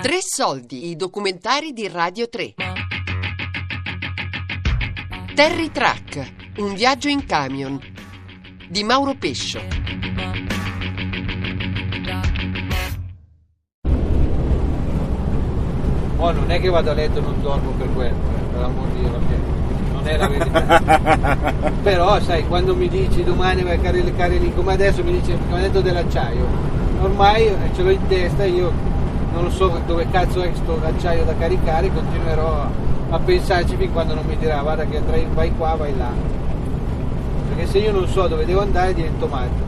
Tre soldi, i documentari di Radio 3. Terry Track, un viaggio in camion, di Mauro Pescio. Oh, non è che vado a letto e non dormo per quello, per l'amor di Dio, non è la verità. Però sai, quando mi dici domani vai a caricare lì, come adesso mi dice, mi ha detto dell'acciaio, ormai ce l'ho in testa, io non so dove cazzo è sto acciaio da caricare, continuerò a pensarci fin quando non mi dirà guarda che vai qua, vai là, perché se io non so dove devo andare divento matto.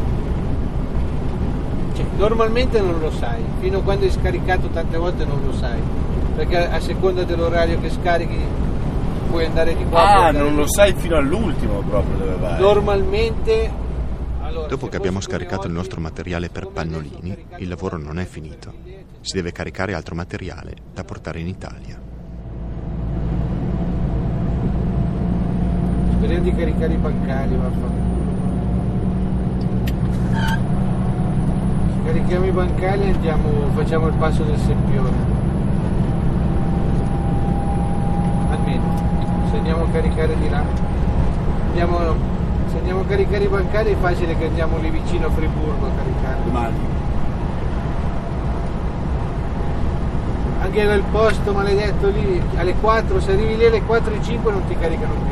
Cioè, normalmente non lo sai, fino a quando hai scaricato tante volte non lo sai, perché a seconda dell'orario che scarichi puoi andare di qua. Non lo sai fino all'ultimo proprio dove vai. Normalmente. Dopo che abbiamo scaricato il nostro materiale per pannolini, il lavoro non è finito. Si deve caricare altro materiale da portare in Italia. Speriamo di caricare i bancali, vaffanculo. Carichiamo i bancali e andiamo, facciamo il passo del Sempione. Almeno, se andiamo a caricare di là. Se andiamo a caricare i bancali è facile che andiamo lì vicino a Friburgo a caricare. Domani. Anche quel posto maledetto lì, alle 4, se arrivi lì alle 4:05 non ti caricano più.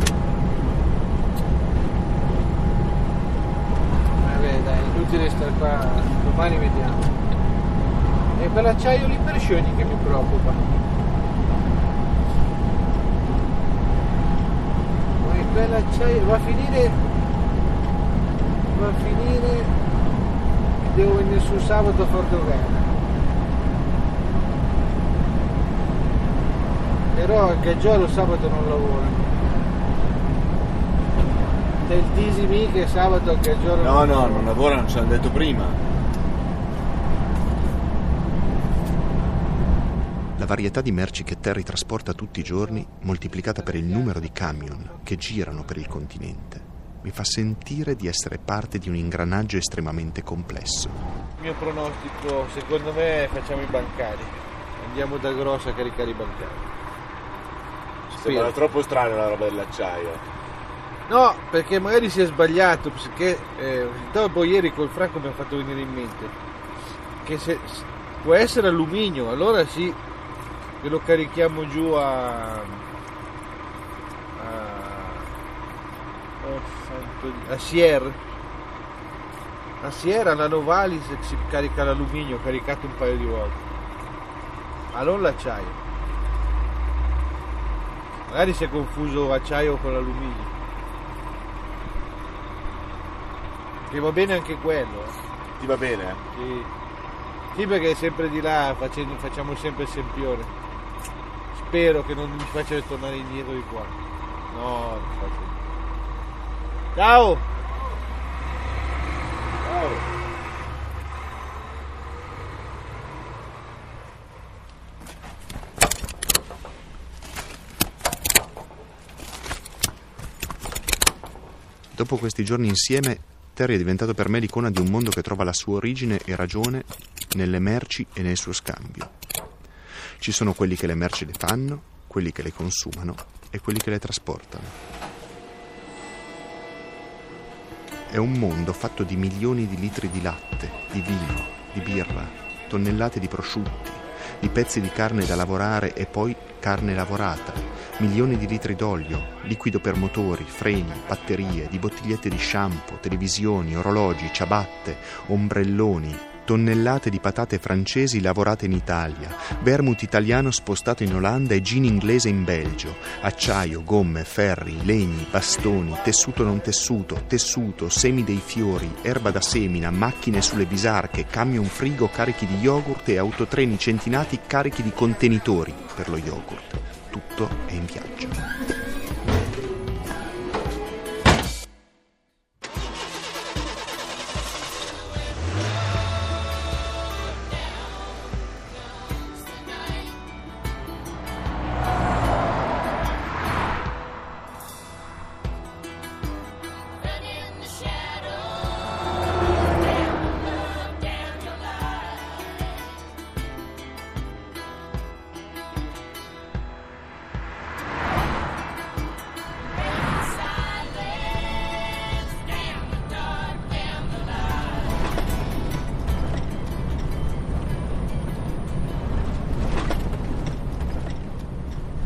Vabbè dai, inutile stare qua, domani vediamo. E per l'acciaio lì per Sciogni che mi preoccupa. Ma per l'acciaio va a finire che devo venire sul sabato a Fordovera. Però il Gaggiolo sabato non lavora. Del Disimi che sabato il Gaggiolo non lavora, non ce l'hanno detto prima. La varietà di merci che Terry trasporta tutti i giorni, moltiplicata per il numero di camion che girano per il continente, mi fa sentire di essere parte di un ingranaggio estremamente complesso. Il mio pronostico, secondo me, facciamo i bancali. Andiamo da Grosso a caricare i bancali. Sembra troppo strano la roba dell'acciaio. No, perché magari si è sbagliato, perché dopo ieri col Franco mi ha fatto venire in mente che se può essere alluminio, allora sì, che lo carichiamo giù a Sierra. A Sierra, alla Novalis si carica l'alluminio, caricato un paio di volte, ma non l'acciaio. Magari si è confuso acciaio con l'alluminio, che va bene anche quello. Ti va bene? Sì, perché è sempre di là, facciamo sempre il Sempione. Spero che non mi faccia tornare indietro di qua. No, non faccio. Ciao! Ciao! Dopo questi giorni insieme, Terry è diventato per me l'icona di un mondo che trova la sua origine e ragione nelle merci e nel suo scambio. Ci sono quelli che le merci le fanno, quelli che le consumano e quelli che le trasportano. È un mondo fatto di milioni di litri di latte, di vino, di birra, tonnellate di prosciutti, di pezzi di carne da lavorare e poi carne lavorata, milioni di litri d'olio, liquido per motori, freni, batterie, di bottigliette di shampoo, televisioni, orologi, ciabatte, ombrelloni, tonnellate di patate francesi lavorate in Italia, vermouth italiano spostato in Olanda e gin inglese in Belgio, acciaio, gomme, ferri, legni, bastoni, tessuto non tessuto, tessuto, semi dei fiori, erba da semina, macchine sulle bisarche, camion frigo carichi di yogurt e autotreni centinati carichi di contenitori per lo yogurt. Tutto è in viaggio.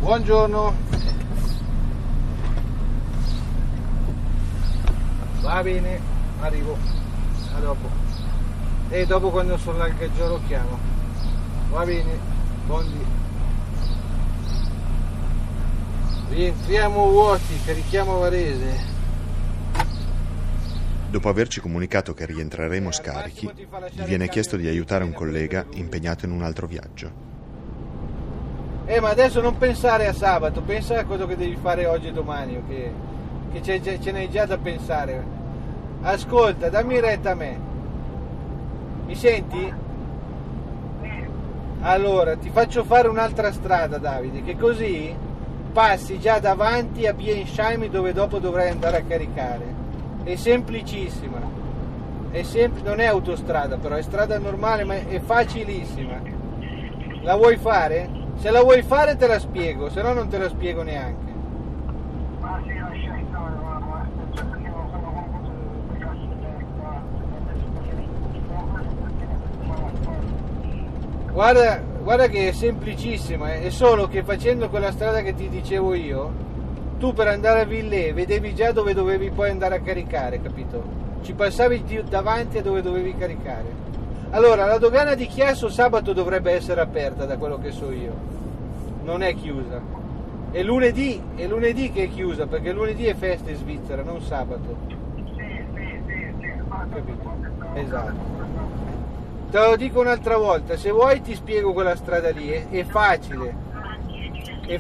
Buongiorno. Va bene, arrivo. A dopo. E dopo quando sono l'alcheggio lo chiamo. Va bene, buondì. Rientriamo vuoti, carichiamo Varese. Dopo averci comunicato che rientreremo scarichi, gli viene chiesto di aiutare un collega impegnato in un altro viaggio. Ma adesso non pensare a sabato, pensa a quello che devi fare oggi e domani, che ce n'hai già da pensare. Ascolta, dammi retta a me. Mi senti? Allora, ti faccio fare un'altra strada, Davide, che così passi già davanti a Biensheim, dove dopo dovrai andare a caricare. È semplicissima, non è autostrada, però è strada normale, ma è facilissima. La vuoi fare? Se la vuoi fare te la spiego, se no non te la spiego neanche. Guarda che è semplicissima, è solo che facendo quella strada che ti dicevo io, tu per andare a Villers vedevi già dove dovevi poi andare a caricare, capito? Ci passavi davanti a dove dovevi caricare. Allora, la dogana di Chiasso sabato dovrebbe essere aperta, da quello che so io. Non è chiusa. È lunedì che è chiusa, perché lunedì è festa in Svizzera, non sabato. Capito? Esatto. Te lo dico un'altra volta, se vuoi ti spiego quella strada lì, è facile. È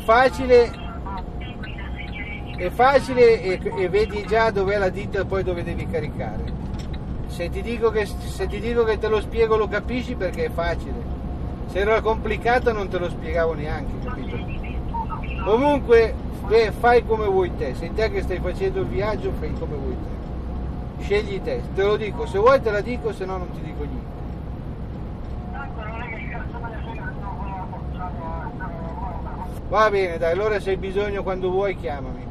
facile e vedi già dov'è la ditta e poi dove devi caricare. Se ti dico che te lo spiego lo capisci, perché è facile. Se era complicato non te lo spiegavo neanche, capito? Comunque fai come vuoi te, sei te che stai facendo il viaggio, fai come vuoi te. Scegli te, te lo dico, se vuoi te la dico, se no non ti dico niente. Va bene, dai, allora se hai bisogno quando vuoi chiamami.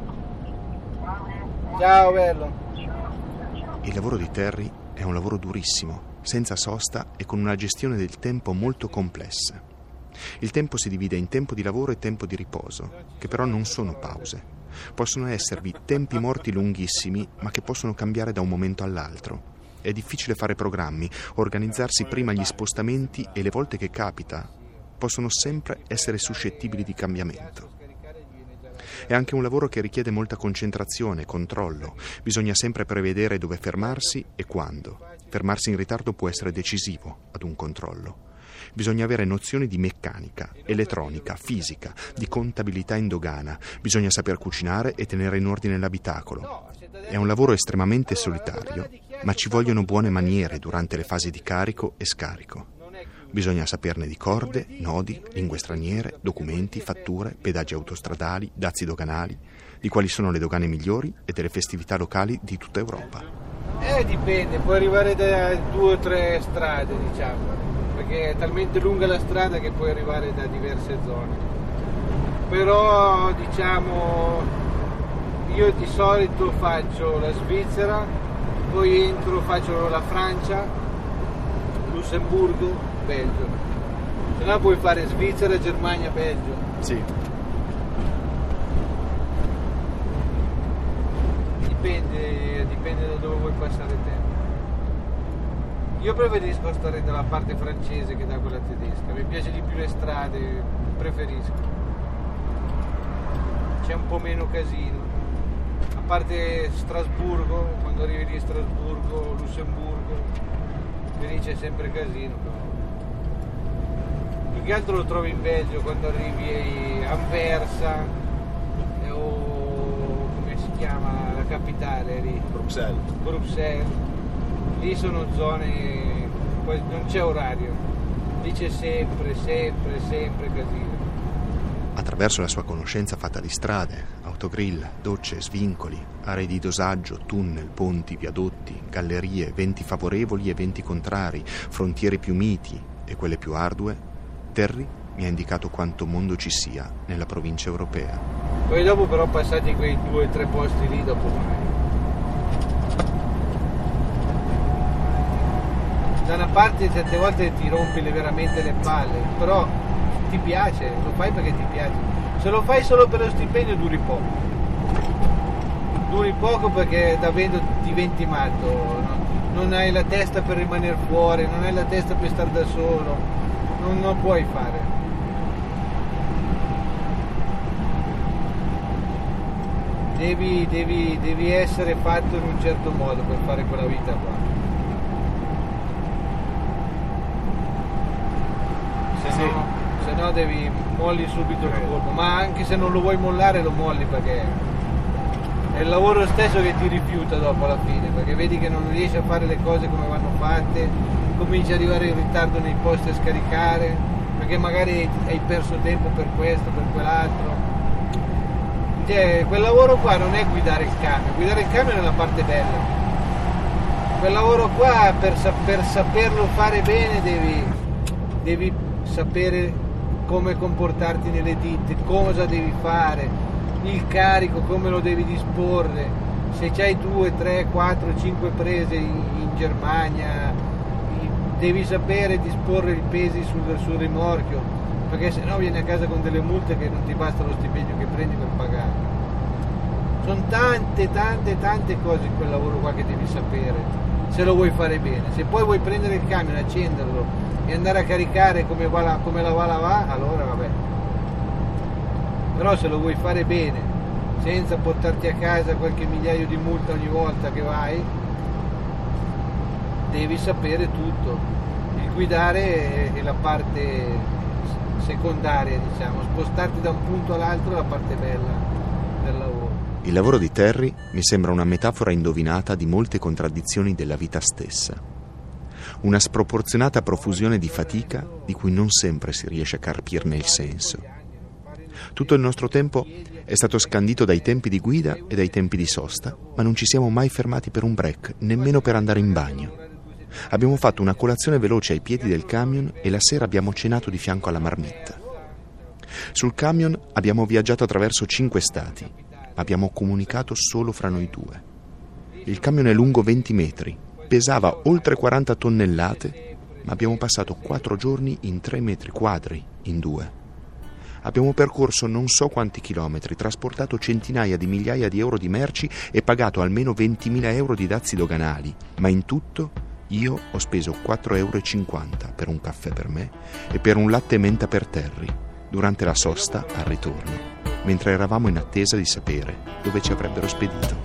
Ciao bello. Il lavoro di Terry è un lavoro durissimo, senza sosta e con una gestione del tempo molto complessa. Il tempo si divide in tempo di lavoro e tempo di riposo, che però non sono pause. Possono esservi tempi morti lunghissimi, ma che possono cambiare da un momento all'altro. È difficile fare programmi, organizzarsi prima gli spostamenti e le volte che capita possono sempre essere suscettibili di cambiamento. È anche un lavoro che richiede molta concentrazione, controllo. Bisogna sempre prevedere dove fermarsi e quando. Fermarsi in ritardo può essere decisivo ad un controllo. Bisogna avere nozioni di meccanica, elettronica, fisica, di contabilità in dogana. Bisogna saper cucinare e tenere in ordine l'abitacolo. È un lavoro estremamente solitario, ma ci vogliono buone maniere durante le fasi di carico e scarico. Bisogna saperne di corde, nodi, lingue straniere, documenti, fatture, pedaggi autostradali, dazi doganali, di quali sono le dogane migliori e delle festività locali di tutta Europa. Dipende, puoi arrivare da 2 o 3 strade, diciamo, perché è talmente lunga la strada che puoi arrivare da diverse zone. Però, diciamo, io di solito faccio la Svizzera, poi faccio la Francia, Lussemburgo, Belgio. Se no puoi fare Svizzera, Germania, Belgio. Sì. Dipende da dove vuoi passare tempo. Io preferisco stare dalla parte francese che da quella tedesca. Mi piace di più le strade, preferisco. C'è un po' meno casino. A parte Strasburgo, quando arrivi lì a Strasburgo, Lussemburgo, lì c'è sempre casino, però. Più che altro lo trovi in Belgio quando arrivi a Anversa o come si chiama la capitale lì? Bruxelles. Lì sono zone, poi non c'è orario, lì c'è sempre casino. Attraverso la sua conoscenza fatta di strade, autogrill, docce, svincoli, aree di dosaggio, tunnel, ponti, viadotti, gallerie, venti favorevoli e venti contrari, frontiere più miti e quelle più ardue, Terry mi ha indicato quanto mondo ci sia nella provincia europea. Poi dopo però passati quei 2 o 3 posti lì, dopo mai. Da una parte certe volte ti rompi veramente le palle, però ti piace, lo fai perché ti piace. Se lo fai solo per lo stipendio duri poco perché davvero diventi matto, no? Non hai la testa per rimanere fuori, non hai la testa per stare da solo, non puoi fare. Devi essere fatto in un certo modo per fare quella vita qua. Se no devi molli subito il colpo, ma anche se non lo vuoi mollare lo molli perché è il lavoro stesso che ti rifiuta dopo alla fine, perché vedi che non riesci a fare le cose come vanno fatte, cominci ad arrivare in ritardo nei posti a scaricare, perché magari hai perso tempo per questo, per quell'altro. Quel lavoro qua non è guidare il camion è la parte bella. Quel lavoro qua per saperlo fare bene devi sapere come comportarti nelle ditte, cosa devi fare, il carico, come lo devi disporre, se c'hai 2, 3, 4, 5 prese in Germania, devi sapere disporre i pesi sul rimorchio, perché se no vieni a casa con delle multe che non ti basta lo stipendio che prendi per pagare. Sono tante cose in quel lavoro qua che devi sapere, se lo vuoi fare bene. Se poi vuoi prendere il camion, accenderlo e andare a caricare come la va, allora vabbè. Però se lo vuoi fare bene, senza portarti a casa qualche migliaio di multa ogni volta che vai, devi sapere tutto. Il guidare è la parte secondaria, diciamo, spostarti da un punto all'altro è la parte bella del lavoro. Il lavoro di Terry mi sembra una metafora indovinata di molte contraddizioni della vita stessa. Una sproporzionata profusione di fatica di cui non sempre si riesce a carpirne il senso. Tutto il nostro tempo è stato scandito dai tempi di guida e dai tempi di sosta, ma non ci siamo mai fermati per un break, nemmeno per andare in bagno. Abbiamo fatto una colazione veloce ai piedi del camion e la sera abbiamo cenato di fianco alla marmitta. Sul camion abbiamo viaggiato attraverso 5 stati, ma abbiamo comunicato solo fra noi due. Il camion è lungo 20 metri, pesava oltre 40 tonnellate, ma abbiamo passato 4 giorni in 3 metri quadri, in 2. Abbiamo percorso non so quanti chilometri, trasportato centinaia di migliaia di euro di merci e pagato almeno 20.000 euro di dazi doganali, ma in tutto io ho speso 4,50 euro per un caffè per me e per un latte menta per Terry, durante la sosta al ritorno, mentre eravamo in attesa di sapere dove ci avrebbero spedito.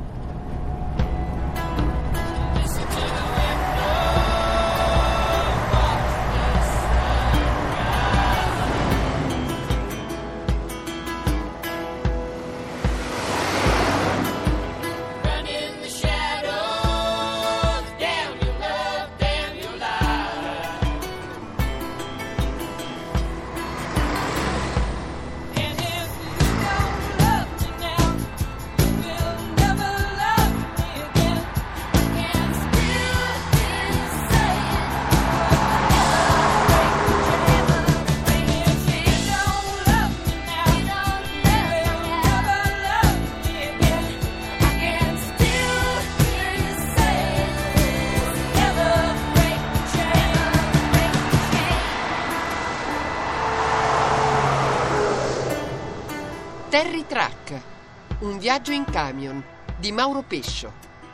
Terry Truck, un viaggio in camion di Mauro Pescio.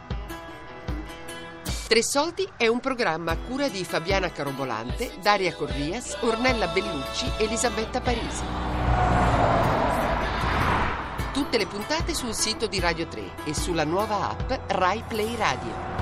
Tre Soldi è un programma a cura di Fabiana Carobolante, Daria Corrias, Ornella Bellucci e Elisabetta Parisi. Tutte le puntate sul sito di Radio 3 e sulla nuova app Rai Play Radio.